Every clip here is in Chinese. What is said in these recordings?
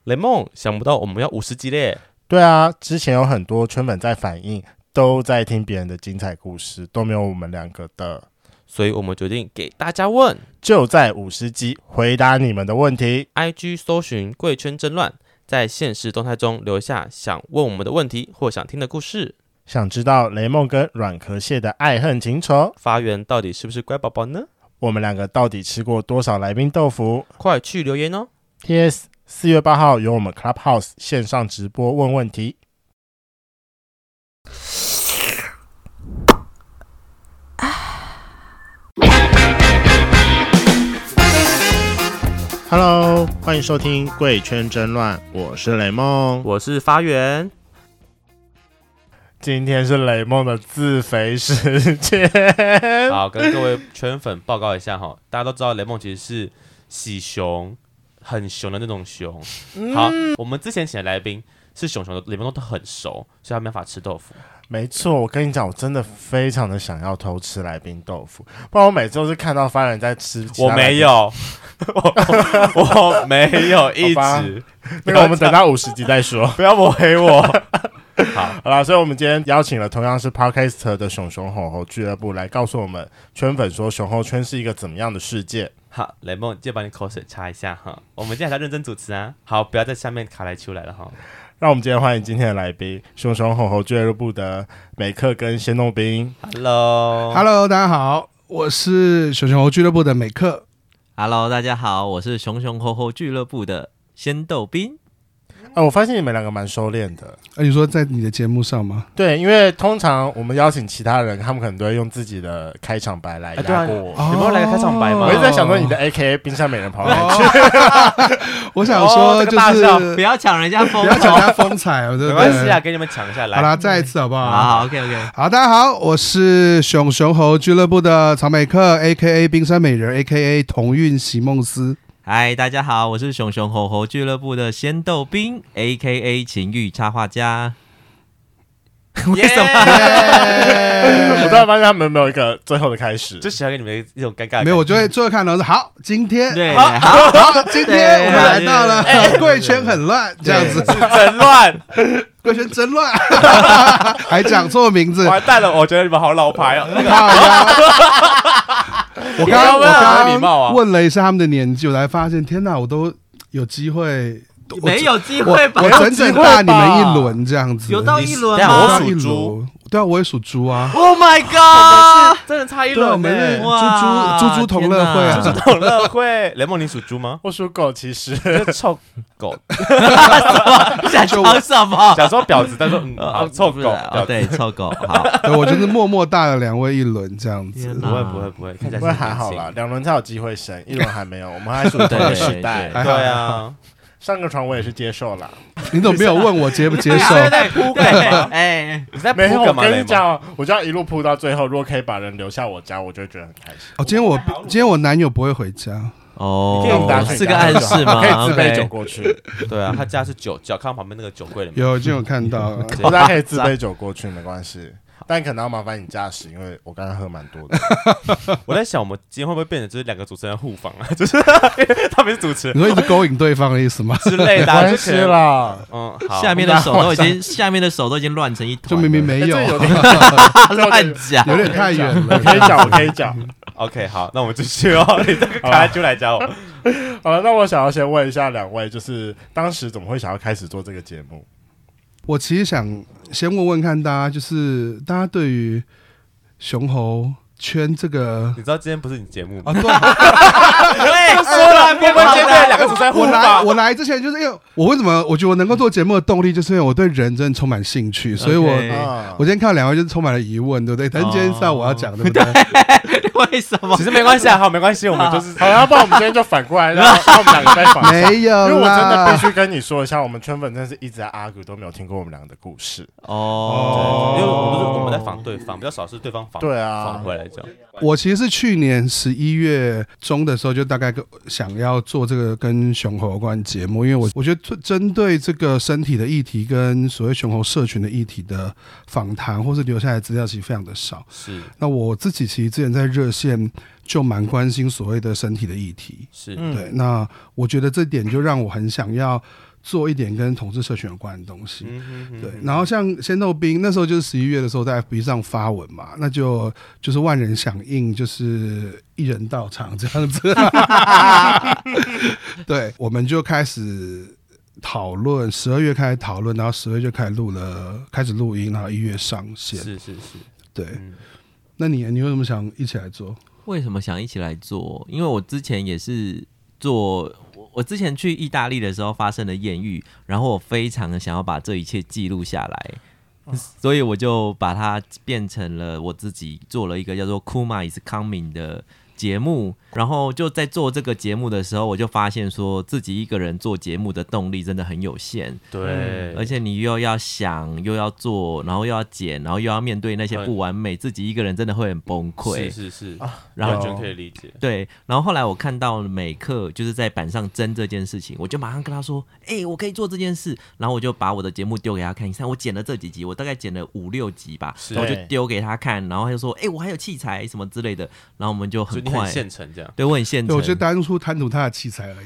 雷梦，想不到我们要50集嘞。 对啊，之前有很多圈粉在反映，都在听别人的精彩故事，都没有我们两个的， 所以我们决定给大家问， 就在50集回答你们的问题。 IG 搜寻贵圈争乱，在限时动态中留下想问我们的问题或想听的故事。 想知道雷梦跟软壳蟹的爱恨情仇， 发源到底是不是乖宝宝呢？ 我们两个到底吃过多少来宾豆腐？ 快去留言哦。 PS 4月8号由我们 Clubhouse 线上直播问问题。Hello， 欢迎收听贵圈争乱，我是雷梦， 我是发源。 今天是雷梦的自肥时间。 好，跟各位圈粉报告一下哈，大家都知道雷梦其实是喜熊，很熊的那种熊。好，我们之前请的来宾是熊熊的，雷梦都很熟，所以他没办法吃豆腐。 没错，我跟你讲，我真的非常的想要偷吃来宾豆腐，不然我每次都是看到发人在吃。 我没有，我没有一直。 那个我们等到50集再说， 不要抹黑我。 好啦，所以我们今天邀请了同样是 Podcaster 的熊熊吼吼俱乐部来告诉我们圈粉说熊猴圈是一个怎么样的世界。 好，雷梦，记得把你口水擦一下哈。我们今天还在认真主持啊。好，不要在下面卡来出来了哈。 让我们今天欢迎今天的来宾，熊熊吼吼俱乐部的美克跟鲜豆冰。 Hello， 大家好，我是熊熊猴俱乐部的美克。 Hello， 大家好，我是熊熊猴猴俱乐部的鲜豆冰。 我发现你们两个蛮收敛的。 你说在你的节目上吗？ 对，因为通常我们邀请其他人，他们可能都会用自己的开场白来压过我。 有没有来个开场白吗？ 我一直在想说你的 AKA 冰山美人跑哪去？ 我想说就是不要抢人家风， 不要抢人家风采，对不对？ 没关系啊，给你们抢下来。 好啦，再一次好不好？ 好 ，OK。 好，大家好，我是熊熊猴俱乐部的曹美克 ，AKA 冰山美人 ，AKA 同运席梦思。 嗨，大家好，我是熊熊猴猴俱乐部的鲜豆冰 ，AKA 情欲插画家。为什么？ 我突然发现他们没有一个最后的开始， 就喜欢给你们一种尴尬。 没有，我就会最后看到说好，今天对， 好，今天我们来到了贵圈很乱这样子， 很乱， 贵圈真乱，还讲错名字， 完蛋了！我觉得你们好老牌哦。 我刚刚问了一下他们的年纪，我才发现，天哪，我都有机会。 没有机会吧？ 我整整大你们一轮这样子， 有到一轮吗？ 我属猪，对啊，我也属猪啊。 Oh my god！ 真的差一轮呢。 猪同乐会啊， 猪同乐会。雷梦，你属猪吗？ 我属狗，其实臭狗。 想说什么？ 想说婊子，但说臭狗。 对，臭狗。好， 对我就是默默大了两位一轮这样子。 不会，看起来不会还好啦，2轮才有机会生，1轮还没有。我们还属于同个时代。 对啊。 上个床我也是接受啦。 你怎么没有问我接不接受？ 你在铺干嘛？你在铺干嘛？ 我跟你讲，我就要一路铺到最后。如果可以把人留下我家，我就会觉得很开心。 今天我男友不会回家哦， 是个暗示吗？ 可以自备酒过去。 对啊，他家是酒窖，看旁边那个酒柜里面。 有，已经有看到了。 大家可以自备酒过去，没关系。但可能要麻烦你驾驶，因为我刚刚喝蛮多的。 我在想，我们今天会不会变成就是2个主持人互访啊？就是他们是主持人， 你说一直勾引对方的意思吗？ 之类的， 关系啦。 好。 下面的手都已经乱成一团， 就明明没有， 乱讲， 有点太远了。 我可以讲。 OK， 好，那我们继续哦。你这个卡就来教我。 好了，那我想要先问一下2位，就是当时怎么会想要开始做这个节目？ 我其实想先问问看大家，就是大家对于熊猴圈这个， 你知道今天不是你节目吗？ 对， 说了，我们今天2个主持人互访。 我来之前就是因为我为什么我觉得我能够做节目的动力，就是因为我对人真的充满兴趣，所以我今天看到2位就是充满了疑问，对不对？但是今天是要我要讲，对不对？ 为什么？ 其实没关系啊，好，没关系，我们就是好，要不然我们今天就反过来，让我们2个再访。 没有啦， 因为我真的必须跟你说一下，我们圈粉真的是一直在 argue， 都没有听过我们2个的故事。 哦，因为我们在访对方，比较少是对方访。 对啊， 访回来这样。 我其实是去年11月中的时候，就大概想要做这个跟熊猴有关的节目，因为我觉得针对这个身体的议题跟所谓熊猴社群的议题的访谈或是留下来的资料其实非常的少。 是， 那我自己其实之前在热线就蛮关心所谓的身体的议题。 是， 对。那我觉得这点就让我很想要做一点跟同志社群有关的东西。对， 对然后像仙豆冰那时候就是11月的时候在 FB 上发文嘛，那就是万人响应，就是一人到场这样子。对，我们就开始讨论，12月开始讨论，然后10月就开始录音，然后1月上线。 是， 对。那你为什么想一起来做？ 为什么想一起来做？因为我之前也是做，我之前去意大利的时候发生了艳遇，然后我非常的想要把这一切记录下来，所以我就把它变成了我自己做了一个叫做 Kuma is Coming 的节目，然后就在做这个节目的时候，我就发现说自己一个人做节目的动力真的很有限。 对， 而且你又要想，又要做，然后又要剪，然后又要面对那些不完美，自己一个人真的会很崩溃。 是然后完全可以理解。 对，然后后来我看到美克就是在板上争这件事情，我就马上跟他说：“我可以做这件事。”然后我就把我的节目丢给他看，你看我剪了这几集，我大概剪了5-6集吧，然后我就丢给他看，然后他就说：“我还有器材什么之类的。”然后我们就很快现成这样。 对，我很现成。 我就当初贪图他的器材而已。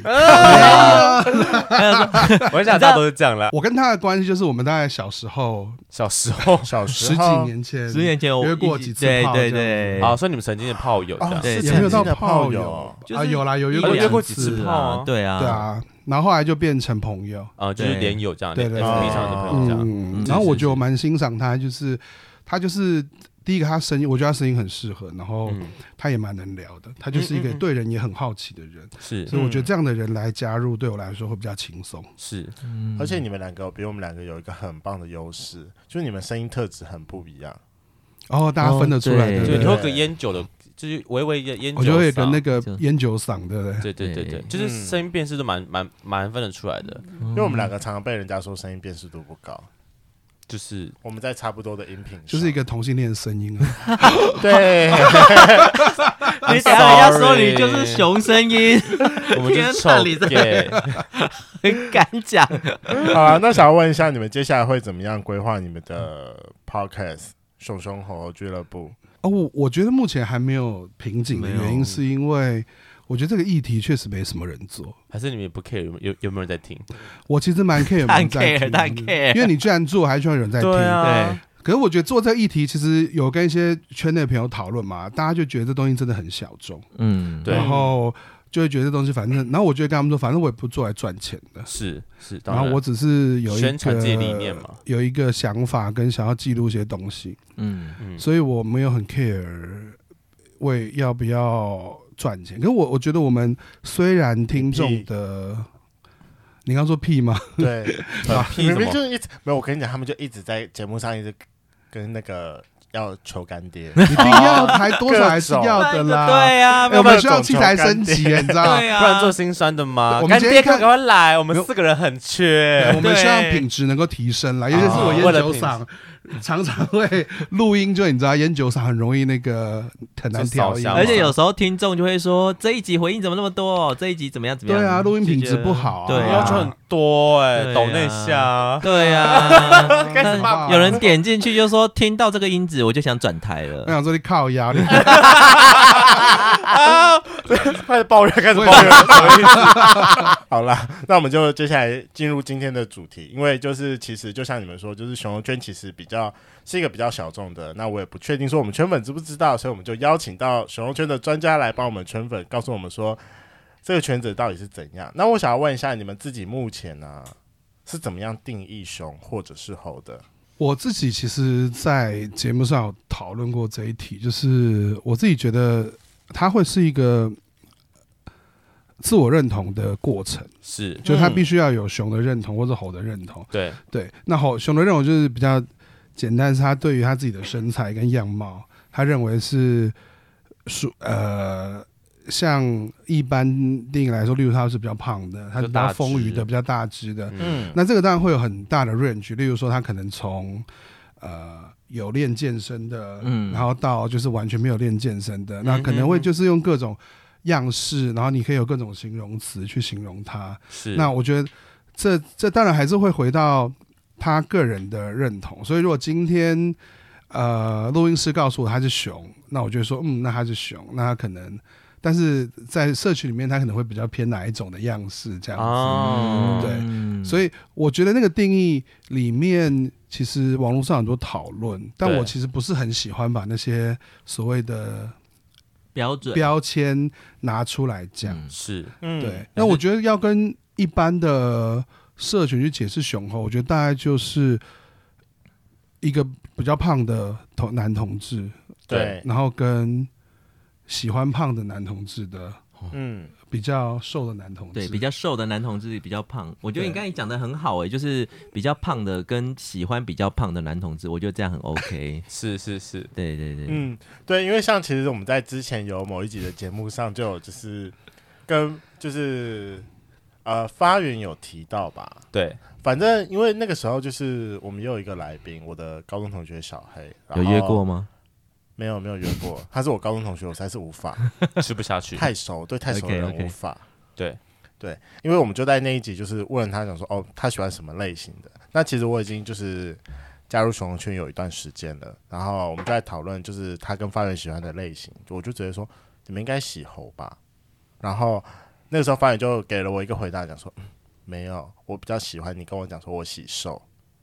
我想大家都是这样啦。 我跟他的关系就是我们大概小时候十几年前约过几次炮， 对。 好，所以你们曾经的炮友这样， 对， 也没有到炮友啊，有啦，有约过几次次炮， 对啊。 然后后来就变成朋友， 就是连友这样， 对 ，FB 上的朋友这样。 然后我觉得我蛮欣赏他，他就是第一个，他声音，我觉得他声音很适合，然后他也蛮能聊的，他就是一个对人也很好奇的人，所以我觉得这样的人来加入，对我来说会比较轻松。 是， 而且你们两个比我们两个有一个很棒的优势，就是你们声音特质很不一样。 大家分得出来的， 就你会有个烟酒的，就是微微的烟酒嗓， 我就会跟那个烟酒嗓，对不对？ 对，就是声音辨识都蛮分得出来的。 因为我们两个常常被人家说声音辨识度不高， 就是我们在差不多的音频， 就是一个同性恋的声音啊。对， 你等下人家说你就是熊声音， 我们就是臭 gay， 很敢讲。 好啊，那想要问一下，你们接下来会怎么样规划你们的 podcast 熊熊猴猴俱乐部？ 我觉得目前还没有瓶颈的原因，是因为我觉得这个议题确实没什么人做。还是你们也不 care 有没有人在听？ 我其实蛮 care 有没有人在听， 但 care， 因为你既然做，还需要有人在听。 对啊。 可是我觉得做这个议题，其实有跟一些圈内的朋友讨论嘛，大家就觉得这东西真的很小众。 对。 然后就会觉得这东西反正，然后我就跟他们说，反正我也不做来赚钱的。 是。 然后我只是有宣传自己理念嘛， 有一个想法跟想要记录一些东西。所以我没有很 care 要不要赚钱。可是我觉得我们虽然听众的，你刚说屁吗？ 对， 屁什么？ 就一直没有。我跟你讲，他们就一直在节目上一直跟那个要求干爹， 一定要还多少还是要的啦。 对啊， 我们需要器材升级，你知道？ 对啊， 不然做心酸的吗？ 我们干爹赶快来，我们4个人很缺， 我们希望品质能够提升啦。尤其是我烟酒嗓。常常会录音，就你知道烟酒嗓很容易那个很难调音， 而且有时候听众就会说这一集回应怎么那么多，这一集怎么样？ 对啊，录音品质不好， 对， 要求很多抖那下， 对啊，有人点进去就说听到这个音质我就想转台了， 我想说你靠压力， 开始抱怨，什么意思？好啦，那我们就接下来进入今天的主题，因为就是其实就像你们说，就是熊熊圈其实是一个比较小众的，那我也不确定说我们圈粉知不知道，所以我们就邀请到熊熊圈的专家来帮我们圈粉，告诉我们说这个圈子到底是怎样。那我想要问一下你们自己目前是怎么样定义熊或者是猴的？ 我自己其实在节目上有讨论过这一题，就是我自己觉得它会是一个自我认同的过程， 是， 就他必须要有熊的认同或者猴的认同。 对， 那熊的认同就是比较简单，是他对于他自己的身材跟样貌，他认为是像一般定义来说，例如他是比较胖的，他是比较丰腴的，比较大只的。那这个当然会有很大的 range， 例如说他可能从有练健身的，然后到就是完全没有练健身的，那可能会就是用各种样式，然后你可以有各种形容词去形容它。 是， 那我觉得这当然还是会回到他个人的认同。所以如果今天录音师告诉我他是熊，那我就说那他是熊，那他可能但是在社群里面，他可能会比较偏哪一种的样式这样子。 哦， 对，所以我觉得那个定义里面，其实网络上很多讨论，但我其实不是很喜欢把那些所谓的标签拿出来讲。 是， 对。那我觉得要跟一般的社群去解释雄厚，我觉得大概就是一个比较胖的男同志， 对， 然后跟喜欢胖的男同志的，比较瘦的男同志， 对，比较瘦的男同志比较胖。我觉得你刚才讲的很好就是比较胖的跟喜欢比较胖的男同志，我觉得这样很 OK。 是， 对对对， 对，因为像其实我们在之前有某一集的节目上就有就是跟就是发源有提到吧， 对， 反正因为那个时候就是我们也有一个来宾，我的高中同学小黑， 有约过吗？ 没有约过，他是我高中同学，我实在是无法吃不下去， 太熟，对太熟的人无法。 对， 因为我们就在那一集就是问他讲说，哦，他喜欢什么类型的。那其实我已经就是加入熊熊圈有一段时间了，然后我们就在讨论就是他跟发源喜欢的类型，我就直接说你们应该喜猴吧。然后那个时候发源就给了我一个回答，讲说，没有，我比较喜欢你跟我讲说我喜瘦。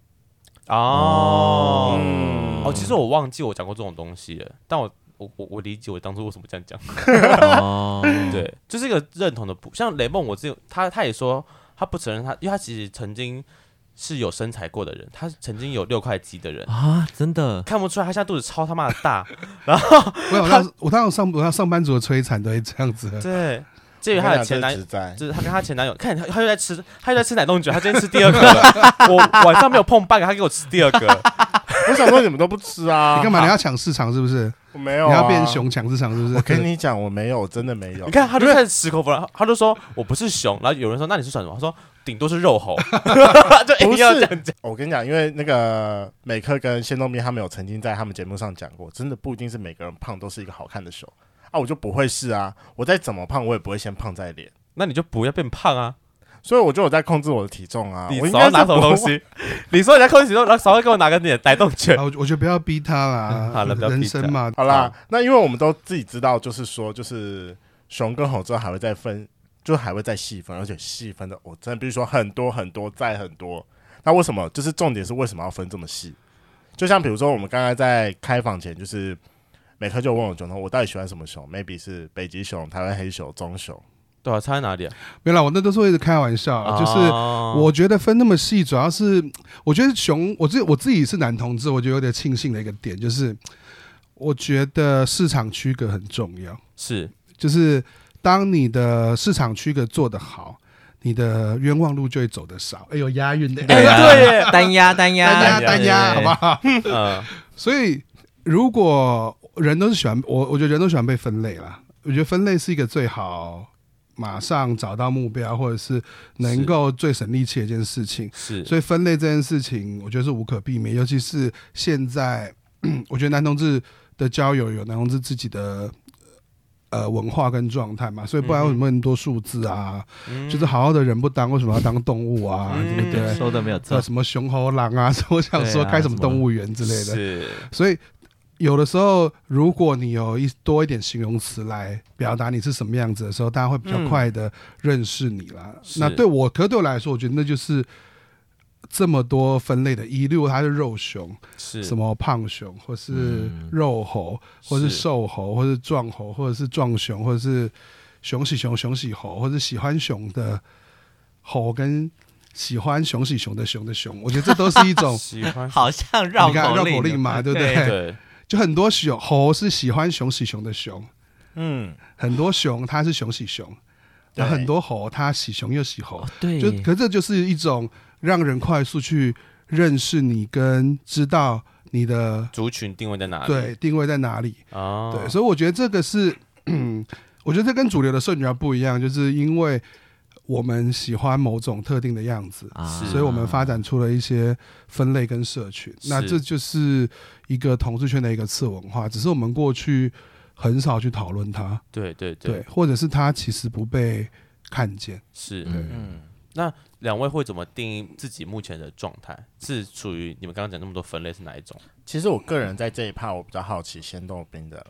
其实我忘记我讲过这种东西了，但我理解我当初为什么这样讲。对，就是一个认同的像雷梦，他也说他不承认他，因为他其实曾经是有身材过的人，他曾经有6块肌的人啊，真的看不出来，他现在肚子超他妈的大。然后我当有上班族的摧残都会这样子。 对。至于他的前男友， 就是他跟他前男友，看他又在吃奶冻卷，他今天吃第2个了。我晚上没有碰半个，他给我吃第2个。 我想说你们都不吃啊？ 你干嘛？你要抢市场是不是？ 我没有、 你要变熊抢市场是不是？ 我跟你讲，我没有，我真的没有。 你看，他就开始矢口否认，他就说我不是熊，然后有人说那你是算什么？他说顶多是肉猴，就一定要这样讲。 我跟你讲，因为那个美克跟谢东斌他们有曾经在他们节目上讲过，真的不一定是每个人胖都是一个好看的熊啊，我就不会是啊，我再怎么胖，我也不会先胖在脸。 那你就不要变胖啊！ 所以我就有在控制我的体重啊。 你少要拿什么东西？你说你在控制体重，然后少要给我拿个你的奶冻卷。 我觉得不要逼他啦。 好了，不要逼他。 人生嘛。 好啦，那因为我们都自己知道，就是说，就是熊跟猴之后还会再分，就还会再细分，而且细分的我真的必须说很多很多再很多。那为什么？就是重点是为什么要分这么细？就像比如说我们刚刚在开房前，就是美克就问我熊，我到底喜欢什么熊 ？maybe 是北极熊、台湾黑熊、棕熊。 对啊，差在哪里啊？ 没有啦，我那都是为了开玩笑，就是我觉得分那么细，主要是我觉得熊，我自己是男同志，我觉得有点庆幸的一个点，就是我觉得市场区隔很重要，就是当你的市场区隔做得好，你的冤枉路就会走得少。有押韵的， 对耶，单押， 好不好？所以如果人都是喜欢我觉得人都喜欢被分类啦。我觉得分类是一个最好马上找到目标，或者是能够最省力气的一件事情。所以分类这件事情，我觉得是无可避免。尤其是现在，我觉得男同志的交友有男同志自己的文化跟状态嘛，所以不然为什么很多数字啊？就是好好的人不当，为什么要当动物啊？对不对？ 说的没有错。 什么熊猴狼啊，我想说开什么动物园之类的。所以有的时候，如果你有多一点形容词来表达你是什么样子的时候，大家会比较快的认识你啦。那可对我来说，我觉得那就是这么多分类的例如它是肉熊，什么胖熊，或是肉猴，或是瘦猴，或是壮猴，或者是壮熊，或者是熊喜熊、熊喜猴，或者喜欢熊的猴跟喜欢熊喜熊的熊的熊，我觉得这都是一种好像绕口令嘛，对不对？ 对。 就很多猴是喜欢熊喜熊的熊，很多熊它是熊喜熊，有很多猴它喜熊又喜猴， 对， 可这就是一种让人快速去认识你跟知道你的族群定位在哪里， 对，定位在哪里对，所以我觉得这个是，我觉得这跟主流的社群不一样，就是因为我们喜欢某种特定的样子，所以我们发展出了一些分类跟社群。那这就是一个同志圈的一个次文化，只是我们过去很少去讨论它。 对， 或者是它其实不被看见。 那两位会怎么定义自己目前的状态？是属于你们刚刚讲那么多分类是哪一种？ 其实我个人在这一趴我比较好奇仙豆冰的啦。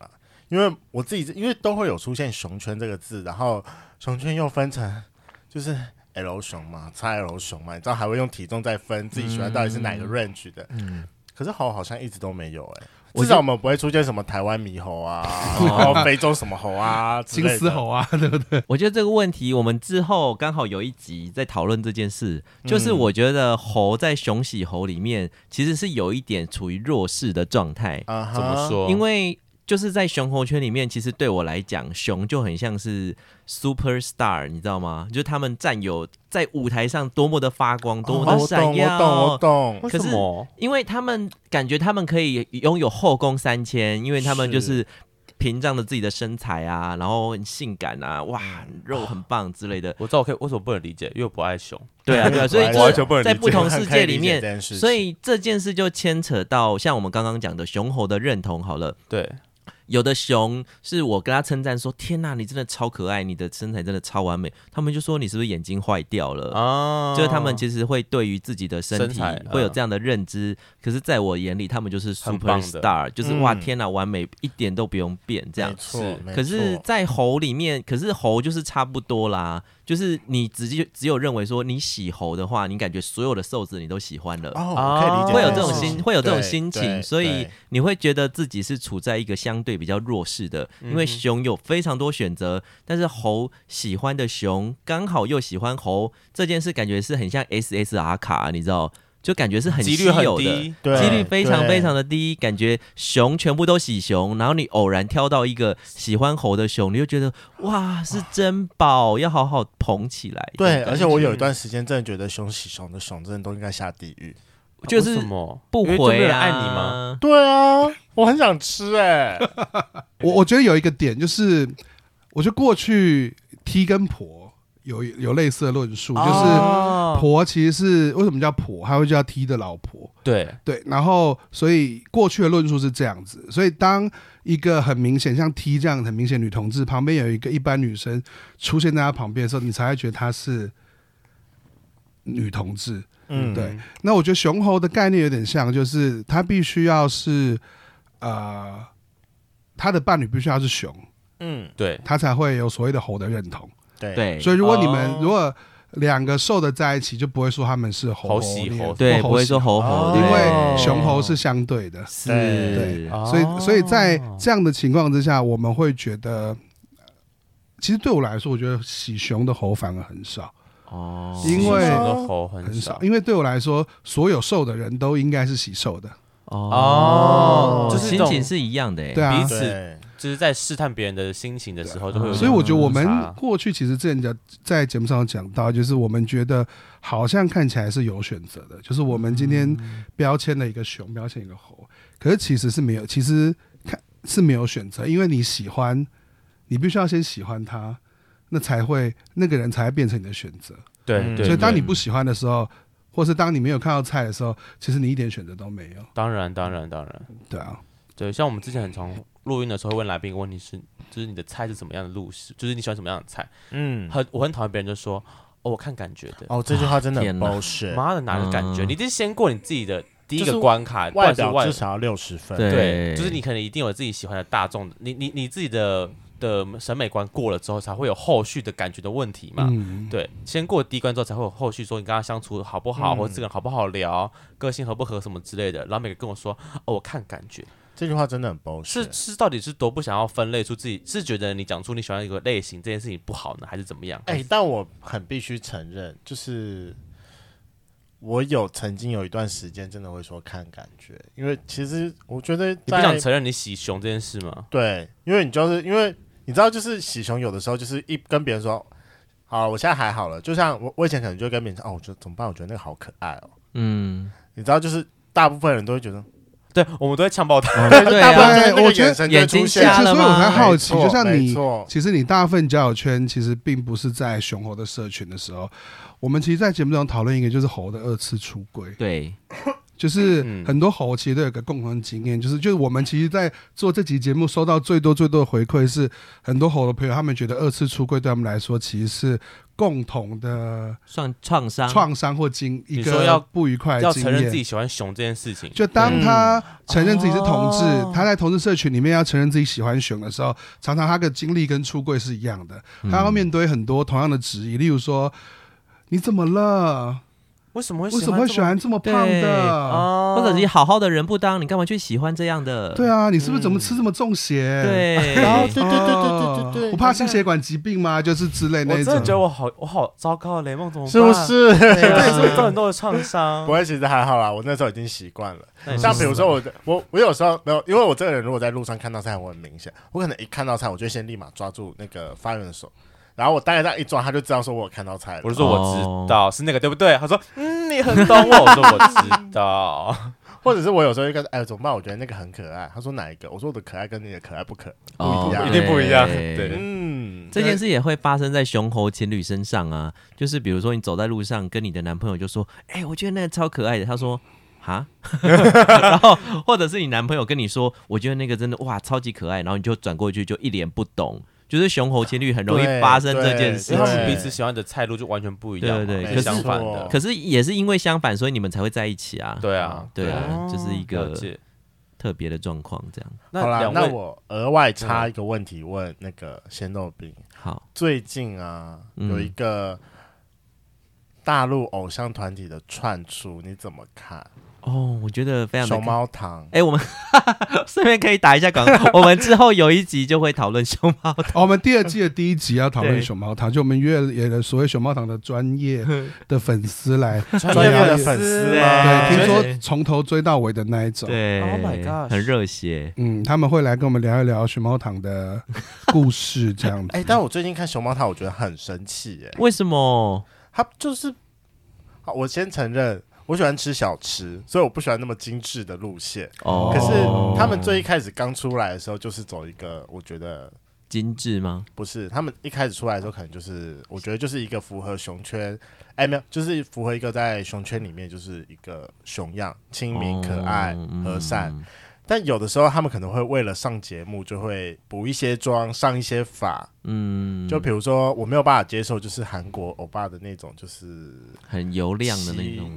因为我自己因为都会有出现熊圈这个字，然后熊圈又分成就是 L 熊嘛 XL 熊嘛，你知道还会用体重再分自己喜欢到底是哪个 range 的，可是猴好像一直都没有至少我们不会出现什么台湾猕猴啊，然后非洲什么猴啊之类的， 金丝猴啊，对不对？ 我觉得这个问题，我们之后刚好有一集在讨论这件事，就是我觉得猴在熊喜猴里面其实是有一点处于弱势的状态。 怎么说？ 因为就是在熊猴圈里面，其实对我来讲，熊就很像是 super star， 你知道吗？就是他们占有在舞台上多么的发光，多么的闪耀。 我懂。 为什么？ 因为他们感觉他们可以拥有后宫3000，因为他们就是屏障着自己的身材啊，然后很性感啊，哇，肉很棒之类的。 我知道我可以，为什么不能理解？因为我不爱熊。 对啊，对啊，所以就是在不同世界里面， 所以这件事就牵扯到像我们刚刚讲的熊猴的认同好了。 对。 有的熊是我跟他称赞说：“天哪，你真的超可爱，你的身材真的超完美。”他们就说：“你是不是眼睛坏掉了？”就是他们其实会对于自己的身体会有这样的认知。可是，在我眼里，他们就是 super star， 就是哇，天哪，完美，一点都不用变这样。可是，在猴里面，可是猴就是差不多啦。就是你只有认为说你喜猴的话，你感觉所有的瘦子你都喜欢了， 我可以理解， 会有这种心情，所以你会觉得自己是处在一个相对比较弱势的，因为熊有非常多选择，但是猴喜欢的熊刚好又喜欢猴，这件事感觉是很像 SSR 卡，你知道？就感觉是很稀有的，几率非常非常的低，感觉熊全部都喜熊，然后你偶然挑到一个喜欢猴的熊，你就觉得哇是珍宝，要好好捧起来。 对，而且我有一段时间真的觉得熊喜熊的熊真的都应该下地狱， 就是不回啊， 爱你吗？ 对啊，我很想吃我觉得有一个点就是，我觉得过去T 跟婆有类似的论述，就是婆其实是为什么叫婆，还会叫 T 的老婆。 对， 然后所以过去的论述是这样子，所以当一个很明显像 T 这样很明显女同志旁边有一个一般女生出现在她旁边的时候，你才会觉得她是女同志。对。那我觉得熊猴的概念有点像，就是她必须要是她的伴侣必须要是熊， 对， 她才会有所谓的猴的认同。 对， 所以如果你们如果两个瘦的在一起，就不会说他们是猴喜猴， 对，不会说猴猴， 因为熊猴是相对的， 对， 所以在这样的情况之下，我们会觉得，其实对我来说，我觉得喜熊的猴反而很少。因为喜熊的猴很少， 因为对我来说，所有瘦的人都应该是喜瘦的。 就是心情是一样的， 对啊， 彼此就是在试探别人的心情的时候，就会有。 所以我觉得我们过去其实之前在节目上有讲到，就是我们觉得好像看起来是有选择的，就是我们今天标签了一个熊，标签一个猴，可是其实是没有，其实是没有选择，因为你喜欢，你必须要先喜欢他，那个人才会变成你的选择。 对， 所以当你不喜欢的时候，或是当你没有看到菜的时候，其实你一点选择都没有。 当然， 对啊， 对，像我们之前很常录音的时候，会问来宾一个问题是，就是你的菜是怎么样的路式，就是你喜欢什么样的菜？我很讨厌别人就说，我看感觉的。 这句话真的很 bullshit。 妈的，哪个感觉？你得先过你自己的第一个关卡， 外表至少要60分。 对，就是你可能一定有自己喜欢的大众，你自己的审美观过了之后，才会有后续的感觉的问题嘛。对，先过第一关之后，才会有后续说你跟他相处好不好，或者这个人好不好聊，个性合不合什么之类的。然后每个跟我说，我看感觉。 这句话真的很 bullshit。 是到底是多不想要分类出自己，是觉得你讲出你喜欢一个类型这件事情不好呢，还是怎么样？ 但我很必须承认，就是我曾经有一段时间真的会说看感觉，因为其实我觉得你不想承认你喜熊这件事吗？ 对，因为你知道，就是喜熊有的时候就是一跟别人说，好，我现在还好了，就像我以前可能就会跟别人说，我觉得怎么办？我觉得那个好可爱哦。你知道，就是大部分人都会觉得。 对，我们都会呛爆他。 对啊， 我觉得眼睛瞎了吗？ 所以我才好奇，就像你， 其实你大部分交友圈其实并不是在熊猴的社群的时候，我们其实，在节目中讨论一个就是猴的2次出柜。 对， 就是很多猴其实都有个共同的经验，就是我们其实，在做这集节目收到最多的回馈是，很多猴的朋友他们觉得2次出柜对他们来说其实是共同的创伤或一个你说要不愉快的要经验。 承认自己喜欢熊这件事情， 就当他承认自己是同志， 哦他在同志社群里面要承认自己喜欢熊的时候，常常他的经历跟出柜是一样的，他要面对很多同样的质疑，例如说你怎么了？ 为什么为什么会喜欢这么胖对的？ 哦或者你好好的人不当，你干嘛去喜欢这样的？ 对啊，你是不是怎么吃这么重血？ 对， 然后对， 不怕心血管疾病吗？就是之类那一我真的觉得种。 我好糟糕，雷梦怎么办？ 是不？是？ 对啊， 对是不是有很多的创伤不？会，其实还好啦，我那时候已经习惯了。 那你是像比如说我有时候没有，因为我这个人如果在路上看到菜，我很明显，我可能一看到菜，我就先立马抓住那个发源的手，然后我大概这样一抓，他就知道说我有看到菜了。 我就说我知道是那个对不对？他说你很懂我。我说我知道。 或者是我有时候一个怎么办？我觉得那个很可爱。他说哪一个？我说我的可爱跟你的可爱不一样。 一定不一样对对这件事也会发生在熊猴情侣身上啊，就是比如说你走在路上，跟你的男朋友就说：“我觉得那个超可爱的。”他说：“哈。”然后或者是你男朋友跟你说：“我觉得那个真的哇超级可爱。”然后你就转过去就一脸不懂。就是熊猴情侣很容易发生这件事情， 因为他们彼此喜欢的菜路就完全不一样嘛， 对是相反的。 可是也是因为相反，所以你们才会在一起啊。 对啊， 对啊，就是一个了解特别的状况，这样。 好啦， 两位那我额外插一个问题问那个鲜肉饼。 好， 最近啊，有一个大陆偶像团体的串出，你怎么看？ 我觉得非常的熊猫堂。 我们顺便可以打一下广告，我们之后有一集就会讨论熊猫堂。 我们第2季的第1集要讨论对熊猫堂，就我们约了所谓熊猫堂的专业的粉丝来， 专业的粉丝吗？ 对，听对说从头追到尾的那一种。 对 Oh my gosh 很热血。 他们会来跟我们聊一聊熊猫堂的故事，这样子。 但我最近看熊猫堂，我觉得很生气耶。 为什么？ 他就是好，我先承认，我喜欢吃小吃，所以我不喜欢那么精致的路线。可是他们最一开始刚出来的时候，就是走一个我觉得精致吗？ 不是，他们一开始出来的时候，可能就是我觉得就是一个符合熊圈，没有，就是符合一个在熊圈里面就是一个熊样，亲民、可爱、和善。但有的时候他们可能会为了上节目，就会补一些妆、上一些发。就比如说我没有办法接受，就是韩国欧巴的那种，就是很油亮的那种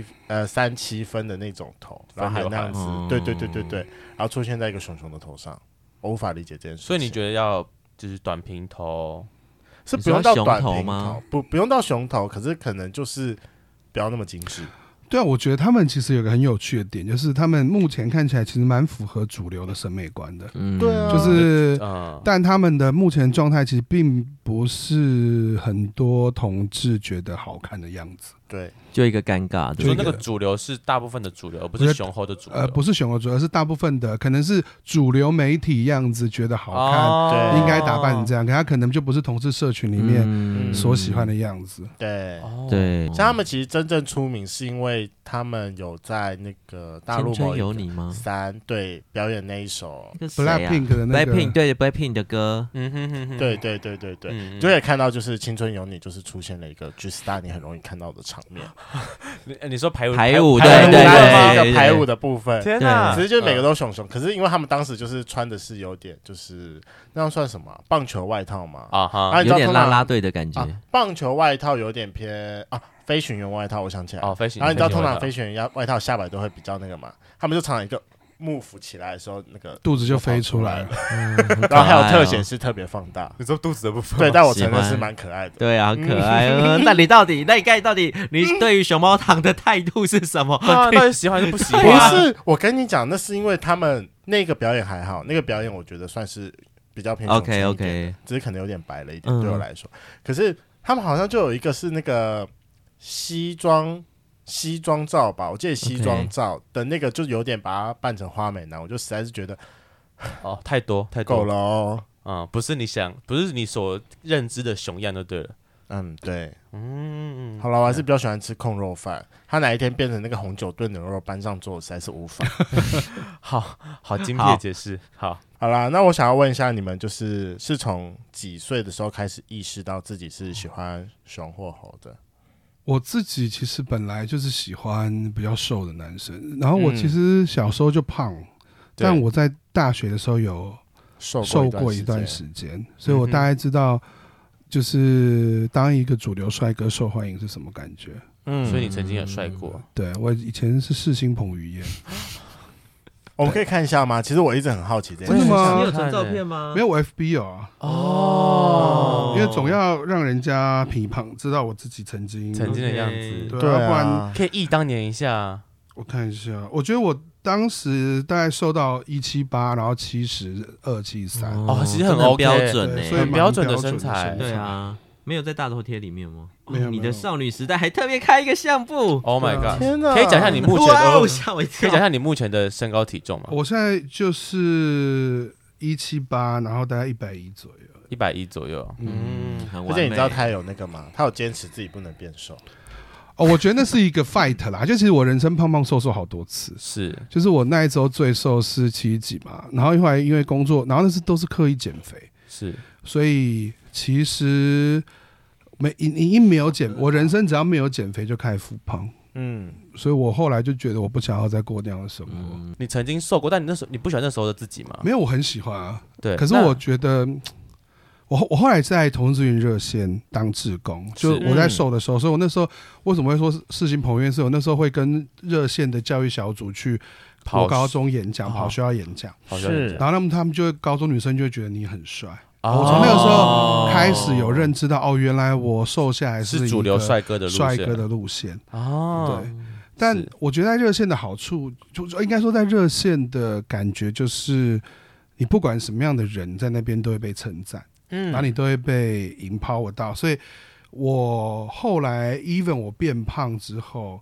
3-7分的那种头，然后还那样子，对，然后出现在一个熊熊的头上，我无法理解这件事情。 所以你觉得要就是短平头， 是不用到短你说熊头平吗头，不用到熊头，可是可能就是不要那么精致。 对啊，我觉得他们其实有个很有趣的点，就是他们目前看起来其实蛮符合主流的审美观的。 对啊， 就是但他们的目前状态其实并不是很多同志觉得好看的样子。 对， 就一个尴尬的。 就那个主流是大部分的主流，而不是雄厚的主流。 不是雄厚主流，而是大部分的可能是主流媒体样子觉得好看， 对应该打扮成这样，可他可能就不是同志社群里面所喜欢的样子。 对， 对， 像他们其实真正出名是因为他们有在那个大陆青春有你吗 ？3对表演那一首 Blackpink 的那个 Blackpink 的歌， 对，就可以看到就是青春有你，就是出现了一个 G Star 你很容易看到的场面。 你说排舞， 对排舞的部分， 天哪！ 其实就是每个都熊熊，可是因为他们当时就是穿的是有点就是那样算什么棒球外套嘛啊哈， 有点啦啦队的感觉。 棒球外套有点偏飞行员外套，我想起来飞行。 然后你知道通常飞行员外套下摆都会比较那个嘛，他们就常常一个幕府起来的时候，那个肚子就飞出来了， 然后还有特写是特别放大。 你说肚子的部分？ 对，但我承认是蛮可爱的。 对啊，可爱。那你对于熊猫堂的态度是什么？ 到底喜欢还是不喜欢？ 不是，我跟你讲，那是因为他们那个表演还好，那个表演我觉得算是比较偏 OK， 只是可能有点白了一点对我来说。可是他们好像就有一个是那个西装照吧，我记得西装照的那个就有点把它扮成花美男，我就实在是觉得太多够了哦。 不是你所认知的熊样就对了。 对，好了，我还是比较喜欢吃控肉饭。他哪一天变成那个红酒炖牛肉搬上桌，我实在是无法。 好精辟的解释。好啦，那我想要问一下你们，是从几岁的时候开始意识到自己是喜欢熊或猴的？ 我自己其实本来就是喜欢比较瘦的男生，然后我其实小时候就胖，但我在大学的时候有瘦过一段时间，所以我大概知道就是当一个主流帅哥受欢迎是什么感觉。 所以你曾经有帅过？ 对，我以前是世新彭于晏。 我们可以看一下吗？其实我一直很好奇这件事。 真的吗你有存照片吗？ 没有，我 FB 有啊。因为总要让人家批判知道我自己曾经的样子， 对啊，不然可以忆当年一下。 我看一下，我觉得我当时大概瘦到178，然后72、73， 其实很标准所以很标准的身材。 对啊，没有在大头贴里面吗？ 没有。 你的少女时代还特别开一个相簿。 Oh my god！ 天哪！ 可以讲一下你目前吓我一跳。 可以讲一下你目前的身高体重吗？ 我现在就是178，然后大概110左右。 110左右， 很完美。 而且你知道他有那个吗？他有坚持自己不能变瘦。 我觉得那是一个 fight 啦，就其实我人生胖胖瘦瘦好多次， 是， 就是我那一周最瘦是70几嘛，然后后来因为工作，然后都是刻意减肥， 是， 所以其实你没有减，我人生只要没有减肥就开始复胖，所以我后来就觉得我不想要再过那样的生活。 你曾经瘦过，但你那时候你不喜欢那时候的自己吗？ 没有，我很喜欢啊， 对， 可是我觉得。我后来在同志运热线当志工，就我在瘦的时候，所以我那时候为什么会说世新彭于晏？是我那时候会跟热线的教育小组去国高中演讲，跑学校演讲， 是， 然后他们就会高中女生就会觉得你很帅。我从那个时候开始有认知到，原来我瘦下来是主流帅哥的路线。 对， 但我觉得在热线的好处，就应该说在热线的感觉就是，你不管什么样的人在那边都会被称赞。然后你都会被empower到，所以我后来 even 我变胖之后，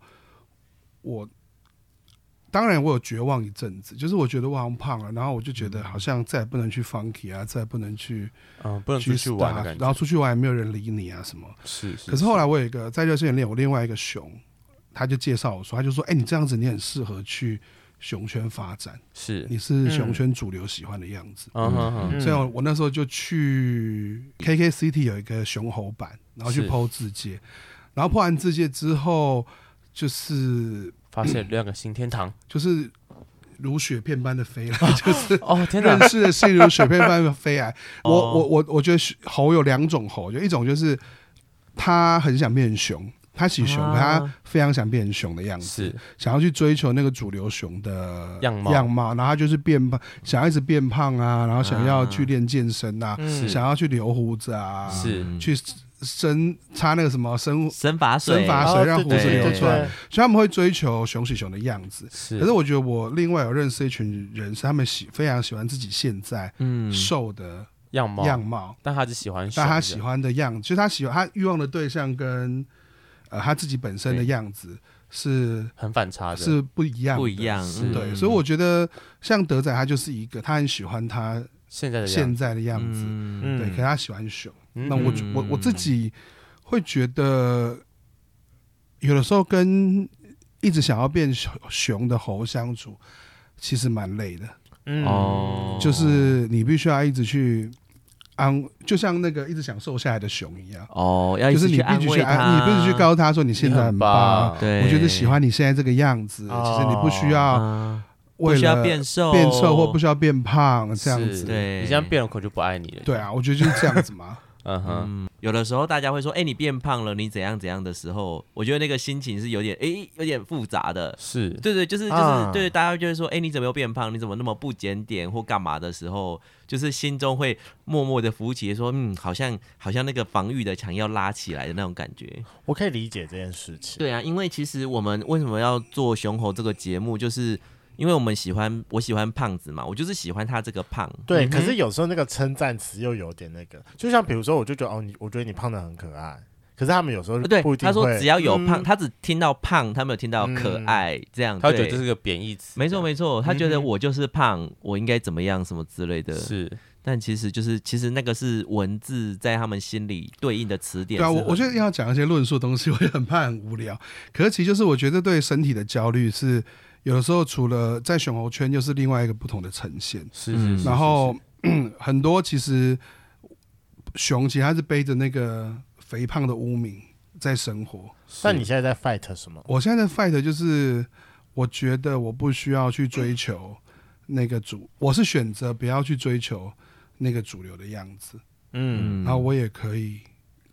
当然我有绝望一阵子，就是我觉得我好像胖了，然后我就觉得好像再也不能去 funky 啊，再也不能去不能出去玩的感觉， 然后出去玩也没有人理你啊什么。 是。 可是后来我有一个在热线练，我另外一个熊，他就介绍我说，他就说，你这样子你很适合去熊圈发展，你是熊圈主流喜欢的样子，所以我那时候就去 KKCity 有一个熊猴版，然后去 po 自介，然后 po 完自介之后，就是发现两个新天堂， 就是如雪片般的飞来，就是天哪， 认识的是如雪片般的飞来。我觉得猴有2种猴，就一种就是他很想变成熊。他喜熊，他非常想变成熊的样子，想要去追求那个主流熊的样貌，然后他就是变胖，想要一直变胖啊，然后想要去练健身啊，想要去留胡子啊，去擦那个什么生发水让胡子流出来，所以他们会追求熊喜熊的样子。可是我觉得我另外有认识一群人，是他们非常喜欢自己现在瘦的样貌， 但他只喜欢， 但他喜欢的样子，就是他喜欢他欲望的对象跟。他自己本身的样子是很反差的， 是不一样，对，所以我觉得像德仔，他就是一个他很喜欢他现在的样子，对，可是他喜欢熊。那我自己会觉得，有的时候跟一直想要变熊的猴相处，其实蛮累的。就是你必须要一直去。就像那个一直想瘦下来的熊一样要一直去安慰他， 你必须去告诉他说你现在很棒，我觉得喜欢你现在这个样子，其实你不需要为了变瘦或不需要变胖这样子， 你这样变了我就不爱你了。 对啊，我觉得就是这样子嘛。 有的时候大家会说，你变胖了，你怎样怎样的时候，我觉得那个心情是有点复杂的。 是， 对，就是对，大家就会说，你怎么又变胖？你怎么那么不检点或干嘛的时候，就是心中会默默的浮起说，好像那个防御的墙要拉起来的那种感觉。 我可以理解这件事情。 对啊，因为其实我们为什么要做熊猴这个节目，就是因为我喜欢胖子嘛，我就是喜欢他这个胖。 对，可是有时候那个称赞词又有点那个，就像比如说，我就觉得我觉得你胖得很可爱。可是他们有时候不一定会， 他说只要有胖，他只听到胖，他没有听到可爱，这样他觉得这是个贬义词。 没错，他觉得我就是胖，我应该怎么样什么之类的。 是， 但其实那个是文字在他们心里对应的词典。 对啊，我觉得要讲一些论述的东西，我也很怕很无聊。可是其实就是我觉得对身体的焦虑是。有的时候除了在熊猴圈，又是另外一个不同的呈现。 是， 然后很多其实熊其实它是背着那个肥胖的污名在生活。 但你现在在 fight 什么？ 我现在在 fight 就是我觉得我不需要去追求那个我是选择不要去追求那个主流的样子。然后我也可以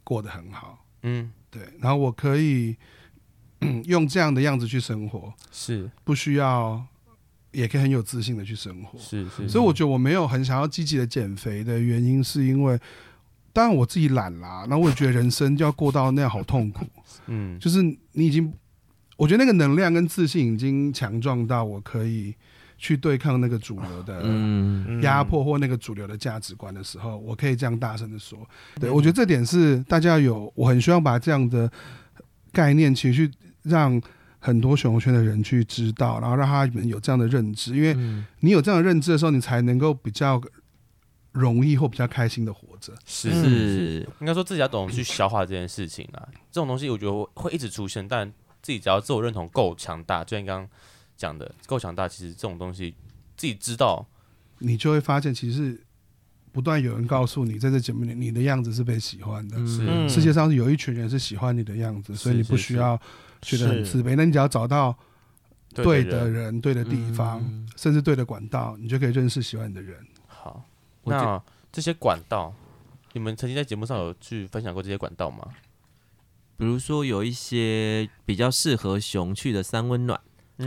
过得很好， 嗯， 对，然后我可以用这样的样子去生活， 是不需要，也可以很有自信的去生活。 是是， 所以我觉得我没有很想要积极的减肥的原因，是因为当然我自己懒啦，然后我也觉得人生就要过到那样好痛苦，就是你已经，我觉得那个能量跟自信已经强壮到我可以去对抗那个主流的压迫或那个主流的价值观的时候，我可以这样大声的说。对，我觉得这点是大家我很希望把这样的概念其实去让很多熊圈的人去知道，然后让他们有这样的认知，因为你有这样的认知的时候，你才能够比较容易或比较开心的活着。 是，应该说自己要懂得去消化这件事情啦。这种东西我觉得会一直出现，但自己只要自我认同够强大，就像刚刚讲的够强大，其实这种东西自己知道， 你就会发现其实不断有人告诉你，在这节目里你的样子是被喜欢的，世界上有一群人是喜欢你的样子，所以你不需要觉得很自卑。那你只要找到对的人、对的地方，甚至对的管道，你就可以认识喜欢你的人。 好，那这些管道，你们曾经在节目上有去分享过这些管道吗？ 比如说有一些比较适合熊去的三温暖，就是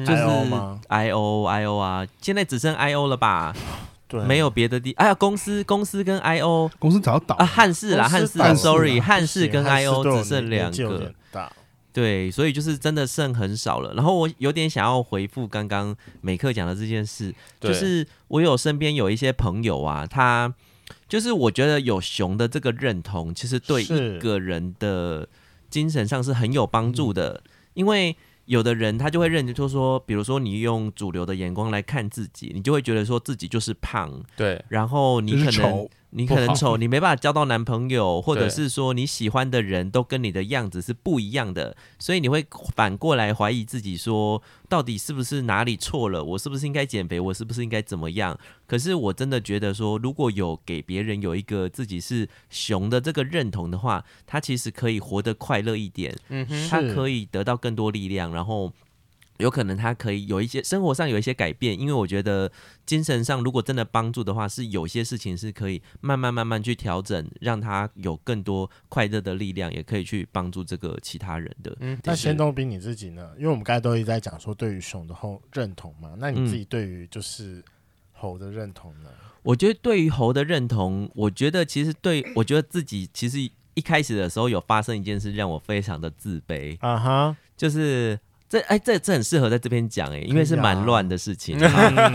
IO 啊，现在只剩 IO 了吧？对，没有别的地。哎呀，公司跟 IO， 公司早倒啊， 汉室啦，汉室 ，sorry， 汉室跟 IO 只剩2个。对，所以就是真的剩很少了。然后我有点想要回复刚刚美克讲的这件事，就是我身边有一些朋友啊，他就是我觉得有熊的这个认同，其实对一个人的精神上是很有帮助的，因为有的人他就会认为说，比如说你用主流的眼光来看自己，你就会觉得说自己就是胖， 对， 然后你可能丑，你没办法交到男朋友，或者是说你喜欢的人都跟你的样子是不一样的，所以你会反过来怀疑自己说，到底是不是哪里错了？我是不是应该减肥？我是不是应该怎么样？可是我真的觉得说，如果有给别人有一个自己是熊的这个认同的话，他其实可以活得快乐一点，他可以得到更多力量，然后有可能他可以有一些生活上有一些改变，因为我觉得精神上如果真的帮助的话，是有些事情是可以慢慢去调整，让他有更多快乐的力量，也可以去帮助这个其他人的。 那先东兵你自己呢？因为我们刚才都一直在讲说对于熊的认同嘛，那你自己对于就是猴的认同呢？ 我觉得对于猴的认同，我觉得我觉得自己其实一开始的时候有发生一件事让我非常的自卑就是这很适合在这边讲因为是蛮乱的事情。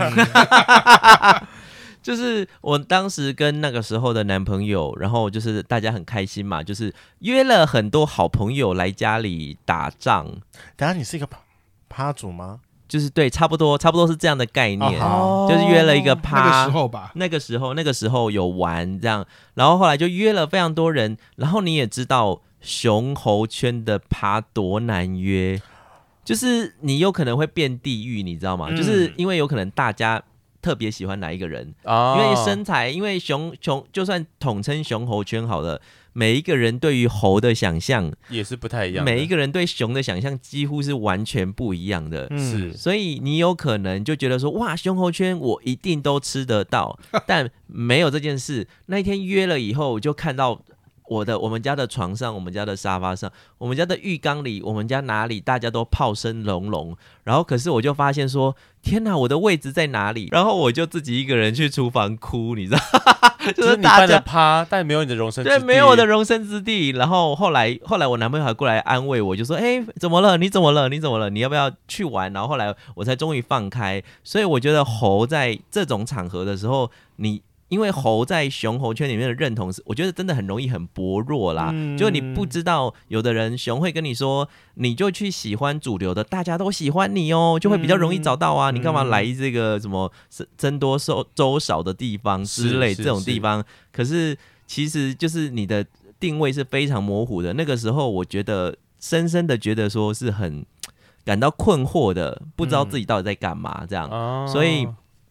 就是我当时跟那个时候的男朋友，然后就是大家很开心嘛，就是约了很多好朋友来家里打仗。 等一下你是一个趴主吗？ 就是对，差不多是这样的概念，就是约了一个趴。 那个时候吧， 那个时候有玩这样，然后后来就约了非常多人，然后你也知道熊猴圈的趴多难约。就是你有可能会变地狱，你知道吗？就是因为有可能大家特别喜欢哪一个人，因为身材，因为熊就算统称熊猴圈好了，每一个人对于猴的想象也是不太一样的， 每一个人对熊的想象几乎是完全不一样的，所以你有可能就觉得说，哇，熊猴圈我一定都吃得到，但没有这件事。那一天约了以后，我就看到我们家的床上，我们家的沙发上，我们家的浴缸里，我们家哪里大家都炮声隆隆，然后可是我就发现说，天哪，我的位置在哪里？然后我就自己一个人去厨房哭，你知道就是你办的趴，但没有你的容身之地， 对，没有我的容身之地。然后后来我男朋友还过来安慰我，就说，怎么了？你怎么了？你要不要去玩？然后后来我才终于放开。所以我觉得猴在这种场合的时候，因为猴在熊猴圈里面的认同是，我觉得真的很容易很薄弱啦。就你不知道，有的人熊会跟你说，你就去喜欢主流的，大家都喜欢你哦，就会比较容易找到啊。你干嘛来这个什么僧多粥少的地方之类这种地方？可是其实就是你的定位是非常模糊的。那个时候，我觉得深深的觉得说是很感到困惑的，不知道自己到底在干嘛这样。所以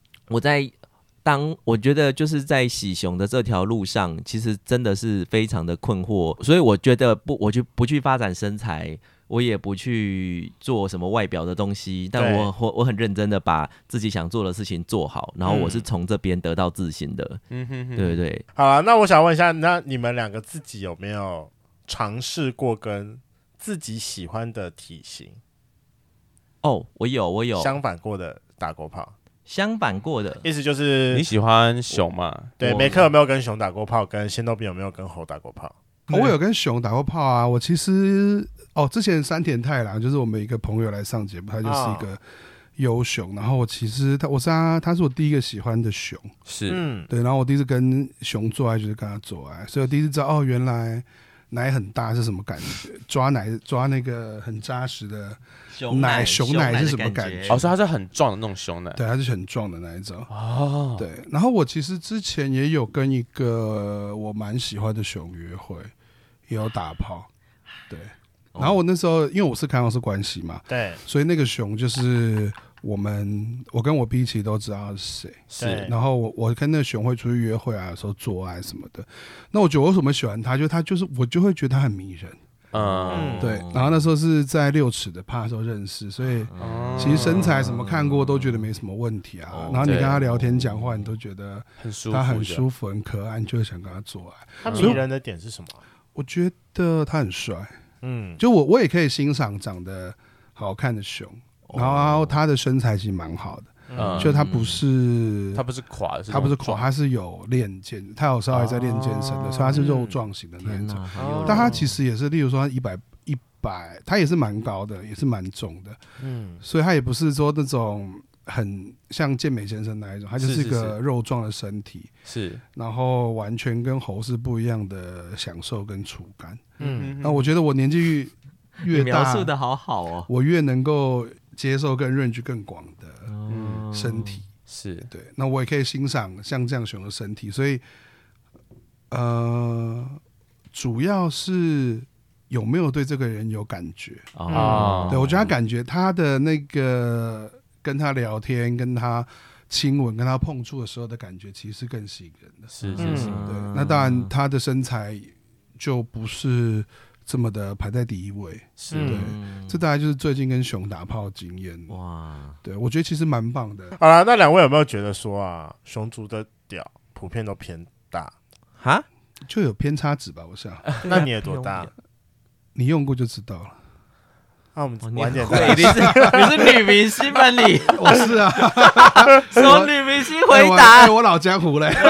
我觉得就是在喜熊的这条路上，其实真的是非常的困惑，所以我觉得我就不去发展身材，我也不去做什么外表的东西，但我很认真的把自己想做的事情做好，然后我是从这边得到自信的。对对对。 好了，那我想问一下，那你们两个自己有没有尝试过跟自己喜欢的体型哦，我有相反过的打过炮？ 相反过的， 意思就是你喜欢熊嘛？ 对，梅克有没有跟熊打过炮？跟仙豆冰有没有跟猴打过炮？ 我有跟熊打过炮啊。我其实之前山田太郎就是我们一个朋友来上节目，他就是一个优熊，然后我其实他是我第一个喜欢的熊， 是， 对，然后我第一次跟熊做爱就是跟他做爱，所以我第一次知道原来奶很大是什么感觉，抓那个很扎实的熊奶是什么感觉？ 所以它是很壮的那种熊奶， 对，它是很壮的那一种。 哦， 对，然后我其实之前也有跟一个我蛮喜欢的熊约会，也有打炮，对。然后我那时候因为我是开放式关系嘛， 对， 所以那个熊就是我跟我 B 其实都知道他是谁， 是。 然后我跟那个熊会出去约会啊，有时候做爱什么的。那我觉得我为什么喜欢他，我就会觉得他很迷人。对。然后那时候是在6尺的趴的时候认识，所以其实身材什么看过都觉得没什么问题啊。然后你跟他聊天讲话，你都觉得他很舒服、很可爱，你就会想跟他做爱。 他迷人的点是什么？ 我觉得他很帅。就我也可以欣赏长得好看的熊，然后他的身材其实蛮好的，就他不是垮的， 他不是垮，他是有练健，他有稍微在练健身的，所以他是肉壮型的那一种。但他其实也是，例如说他100，他也是蛮高的，也是蛮重的，所以他也不是说那种很像健美先生那一种，他就是一个肉壮的身体， 是， 然后完全跟猴是不一样的享受跟触感。那我觉得我年纪越大， 描述的好好哦， 我越能够接受更range更广的身体， 是对。那我也可以欣赏像这样熊的身体，所以主要是有没有对这个人有感觉对，我觉得他感觉他的那个跟他聊天、跟他亲吻、跟他碰触的时候的感觉，其实是更吸引人的。 是， 对。那当然，他的身材就不是这么的排在第一位， 是对，这大概就是最近跟熊打炮的经验。哇，对，我觉得其实蛮棒的。 好啦，那两位有没有觉得说啊，熊族的屌普遍都偏大？ 哈， 就有偏差值吧，我想。 那你也多大？ 你用过就知道了。 那我们晚点再来。你是女明星吗？你我是啊， 什么女明星回答？ 我老江湖嘞。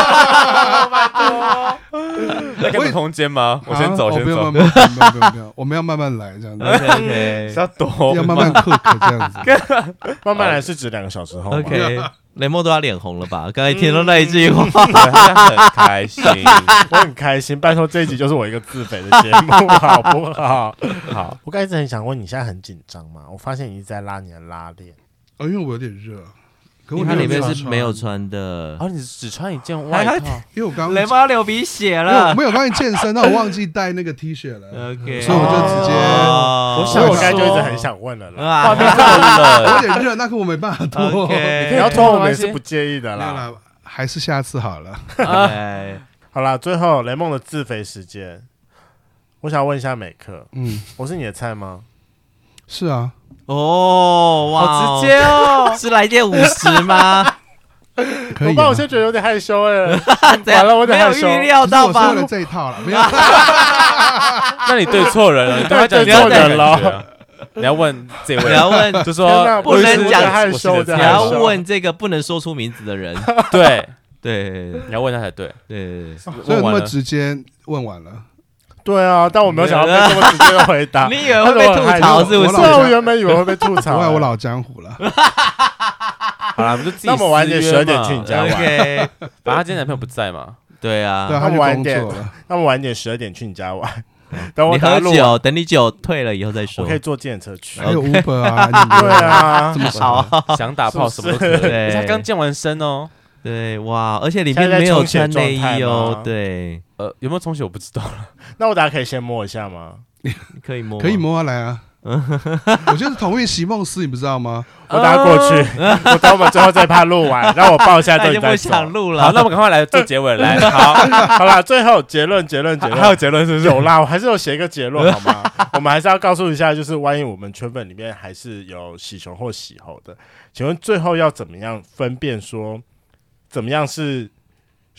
那给空间吗？我先走，先走。 不用，我们要慢慢来，这样子。 OK， 要慢慢 cook 这样子。 慢慢来是指2个小时后。 OK， 雷梦都要脸红了吧？刚才听到那一句话， 很开心， 我很开心。拜托，这一集就是我一个自肥的节目，好不好？好，我刚才一直很想问你，现在很紧张吗？我发现你一直在拉你的拉链。 因为我有点热。 因为它里面是没有穿的， 你只穿一件外套。 因为我刚雷梦要流鼻血了， 没有刚才健身，那我忘记带那个 T 恤了 ，OK， 所以我就直接， 我刚才就一直很想问了啦， 外面这么冷， 有点热，那可我没办法脱， 你要脱我们也是不介意的啦， 还是下次好了。 好啦，最后雷梦的自肥时间，我想问一下美克，我是你的菜吗？ 是啊。 哇， 好直接哦！ 是来电50吗？ 可以。 我现在觉得有点害羞完了，我有点害羞。 没有预料到吧？ 我说了这一套了，没有。 那你对错人了，你对错人了。 你要问这位， 你要问， 就说不能讲害羞， 你要问这个不能说出名字的人。 对， 你要问他才对。 对， 所以那么直接问完了。 对啊，但我没有想到被这么直接的回答。 你以为会被吐槽是不是？ 我原本以为会被吐槽。 我老江湖了。 好了，我们就自己。 那我们晚点12点去你家玩。 OK， 反正他今天男朋友不在嘛。 对啊， 他们晚点， 那我们晚点12点去你家玩。 等我喝酒，等你酒退了以后再说。 我可以坐计程车去。 还有 Uber 啊， 对啊， 这么好， 想打炮什么都可以。他刚健完身哦。 对，哇，而且里面没有穿内衣哦。对， 有没有冲洗我不知道了。 那我大家可以先摸一下吗？ 可以摸， 可以摸啊，来啊。我就是同运席梦思，你不知道吗？ 我等下过去，我等我们最后这一趴录完，让我抱一下之后你再走。 不想录了。 好，那我们赶快来做结尾来。 好啦，最后结论， 还有结论是不是？ 有啦，我还是有写一个结论好吗？我们还是要告诉一下，就是万一我们圈粉里面还是有喜熊或喜猴的，请问最后要怎么样分辨说怎么样是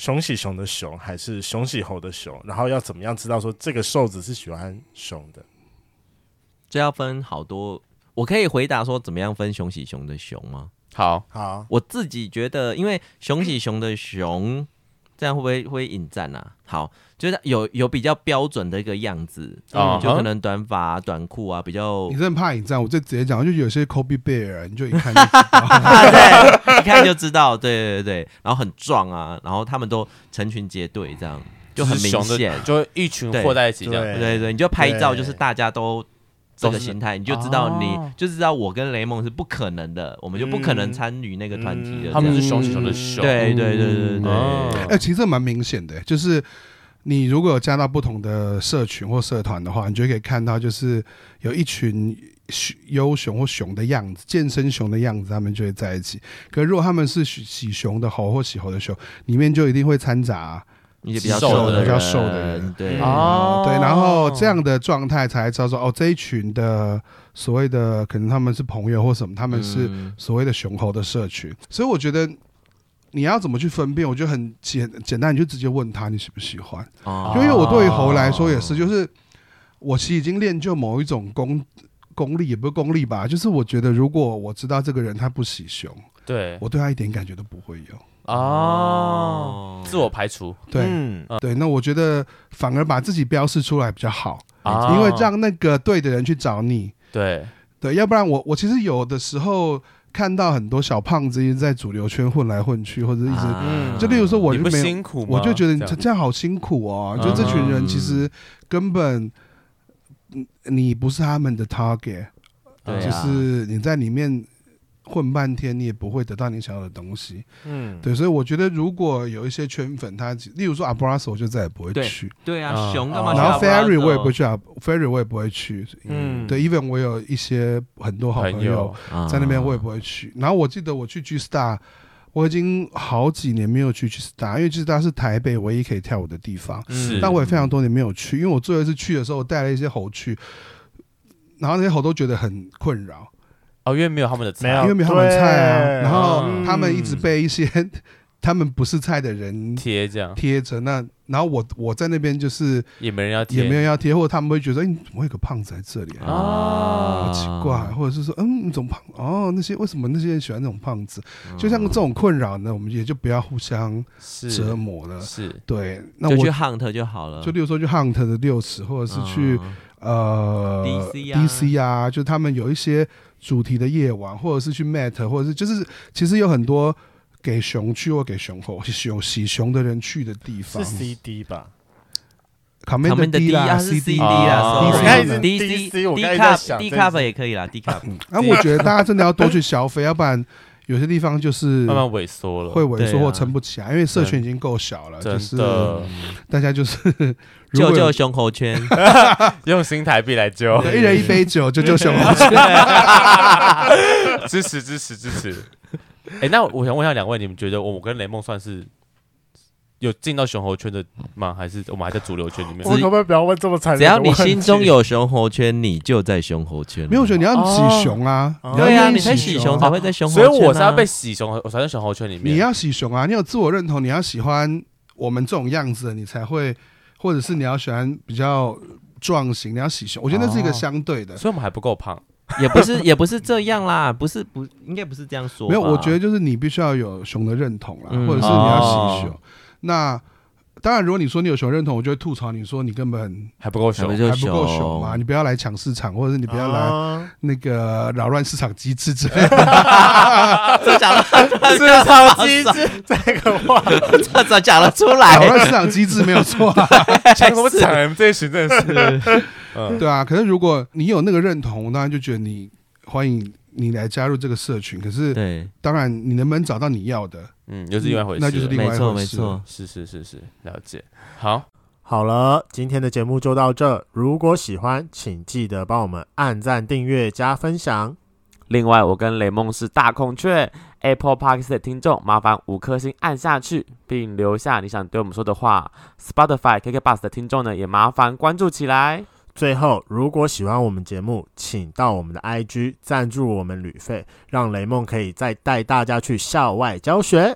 熊喜熊的熊还是熊喜猴的熊？然后要怎么样知道说这个瘦子是喜欢熊的？ 这要分好多，我可以回答说怎么样分熊喜熊的熊吗？ 好， 我自己觉得，因为熊喜熊的熊，这样会引战啊？好，就是有比较标准的一个样子，就可能短发、啊、短裤啊，比较。 你真的怕引战？我就直接讲，就有些 Kobe Bear， 你就一看就知道， 对，一看就知道，对，然后很壮啊，然后他们都成群结队，这样就很明显， 就一群混在一起这样。 对，你就拍照，就是大家都。这个心态，你就知道就知道我跟雷梦是不可能的，我们就不可能参与那个团体的。 他们是熊喜熊的熊， 对。 其实这蛮明显的，就是你如果有加到不同的社群或社团的话，你就可以看到，就是有一群优熊或熊的样子，健身熊的样子，他们就会在一起。可是如果他们是喜熊的猴或喜猴的熊，里面就一定会掺杂。 一些比较瘦的人， 对对，然后这样的状态才知道说，这一群的所谓的可能他们是朋友或什么，他们是所谓的熊猴的社群，所以我觉得你要怎么去分辨，我觉得很简单，你就直接问他你喜不喜欢，因为我对于猴来说也是，就是我其实已经练就某一种功力，也不是功力吧，就是我觉得如果我知道这个人他不喜熊， 对我对他一点感觉都不会有。 自我排除， 对，对，那我觉得反而把自己标示出来比较好，因为让那个对的人去找你， 对， 要不然我其实有的时候看到很多小胖子一直在主流圈混来混去，或者一直，就例如说我就没有辛苦吗？ 我就觉得这样好辛苦哦，就这群人其实根本你不是他们的 target， 就是你在里面混半天你也不会得到你想要的东西，对，所以我觉得如果有一些圈粉，他例如说 Abrazo 我就再也不会去， 对啊，熊干嘛去？ 然后 Fairy 我也不会去，Fairy 我也不会去，对 ，even 我有一些很多好朋友在那边，我也不会去。然后我记得我去 G Star， 我已经好几年没有去 G Star， 因为 G Star 是台北唯一可以跳舞的地方，但我也非常多年没有去，因为我最后一次去的时候，我带了一些猴去，然后那些猴都觉得很困扰。 因为没有他们的菜， 因为没有他们的菜啊，然后他们一直被一些他们不是菜的人贴着，那然后我在那边就是也没人要贴，或者他们会觉得，怎么有个胖子在这里好奇怪，或者是说，你怎么胖？那些为什么那些人喜欢那种胖子？就像这种困扰呢，我们也就不要互相折磨了。是，对，那就去 hunt 就好了。 就例如说去 hunt 的60，或者是去DC 啊，就他们有一些主题的夜晚，或者是去 Met， 或者是就是其实有很多给熊去或给熊猴喜熊的人去的地方， 是 CD 吧 ？Commander D 啦 ，CD 啦 ，DC，我刚才在想 D cup 也可以啦 ，D cup。 那我觉得大家真的要多去消费，要不然有些地方就是慢慢萎缩了， 会萎缩或撑不起来，因为社群已经够小了，就是大家就是救熊猴圈， 用新台币来救， 一人一杯酒就救熊猴圈， 支持。那我想问一下两位，你们觉得我跟雷梦算是有进到熊猴圈的吗？还是我们还在主流圈里面？ 我可不可以不要问这么残忍的问题？ 只要你心中有熊猴圈，你就在熊猴圈。 没有，我觉得你要喜熊啊， 对啊，你才喜熊才会在熊猴圈， 所以我是要被喜熊，我才在熊猴圈里面。 你要喜熊啊，你有自我认同，你要喜欢我们这种样子的，你才会，或者是你要喜欢比较壮型，你要喜熊。我觉得那是一个相对的， 所以我们还不够胖。 也不是这样啦，应该不是这样说。 没有，我觉得就是你必须要有熊的认同啦，或者是你要喜熊。那当然，如果你说你有熊认同，我就会吐槽你说你根本还不够熊， 还不够熊嘛，你不要来抢市场，或者是你不要来那个扰乱市场机制之类的。 这讲了市场机制这个话， 这讲了出来， 扰乱市场机制没有错。 抢什么抢？这一群真的是。 对啊，可是如果你有那个认同，当然就觉得你欢迎你来加入这个社群。可是，当然你能不能找到你要的， 又是另外一回事， 那就是另外一回事。 没错， 是，了解。 好了，今天的节目就到这。如果喜欢，请记得帮我们按赞、订阅、加分享。 另外，我跟雷梦是大孔雀 Apple Podcast 的听众，麻烦5颗星按下去，并留下你想对我们说的话。Spotify、KKBOX 的听众呢，也麻烦关注起来。 最后，如果喜欢我们节目，请到我们的 IG 赞助我们旅费，让雷梦可以再带大家去校外教学。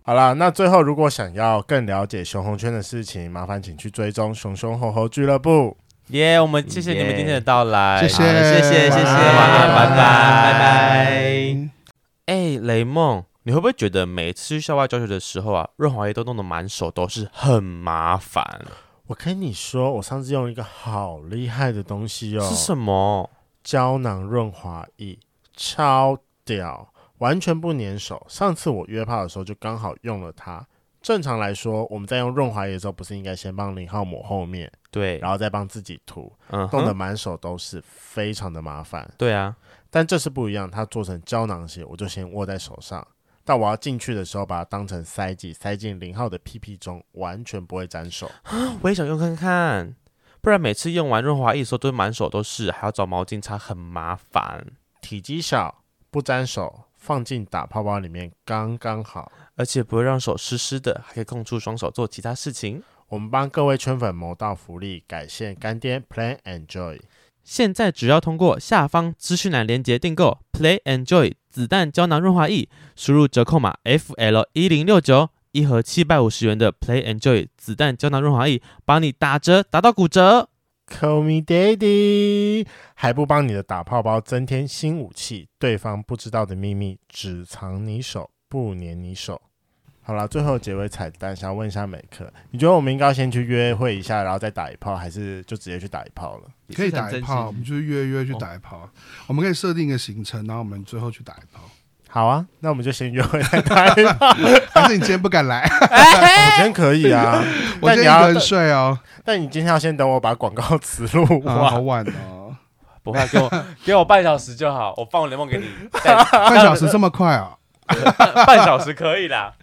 好啦，那最后如果想要更了解熊红圈的事情，麻烦请去追踪熊熊猴猴俱乐部。 耶，我们谢谢你们今天的到来， 谢谢好谢谢， 晚安拜拜拜拜。 哎，雷梦，你会不会觉得每次去校外教学的时候啊，润滑液都弄得满手都是，很麻烦？ 我跟你说，我上次用一个好厉害的东西哦， 是什么？ 胶囊润滑液，超屌，完全不粘手。上次我约炮的时候就刚好用了它。正常来说，我们在用润滑液的时候，不是应该先帮0号抹后面， 对， 然后再帮自己涂，弄得满手都是，非常的麻烦。 对啊， 但这次不一样，它做成胶囊型，我就先握在手上。但我要进去的时候，把它当成塞剂，塞进0号的屁屁中，完全不会沾手。 我也想用看看，不然每次用完润滑液的时候都满手都是，还要找毛巾擦，很麻烦。 体积小，不沾手，放进打泡泡里面刚刚好， 而且不会让手湿湿的，还可以空出双手做其他事情。 我们帮各位圈粉谋到福利，感谢干爹 Play Enjoy。 现在只要通过下方资讯栏连结订购 Play Enjoy 子弹胶囊润滑液，输入折扣码 FL1069，一盒750元的 Play Enjoy 子弹胶囊润滑液，帮你打折打到骨折。 Call me daddy， 还不帮你的打泡包增添新武器，对方不知道的秘密，只藏你手，不粘你手。好啦，最后结尾彩蛋，想要问一下美克，你觉得我们应该要先去约会一下，然后再打一炮，还是就直接去打一炮了？ 可以打一炮，我们就约去打一炮。我们可以设定一个行程，然后我们最后去打一炮。 好啊，那我们就先约会再打一炮。 还是你今天不敢来？ 我今天可以啊， 我今天一个人睡哦。 但你今天要先等我把广告词录完。 好晚哦。 不会，给我半小时就好，我放我联盟给你。 半小时这么快啊？ 半小时可以啦。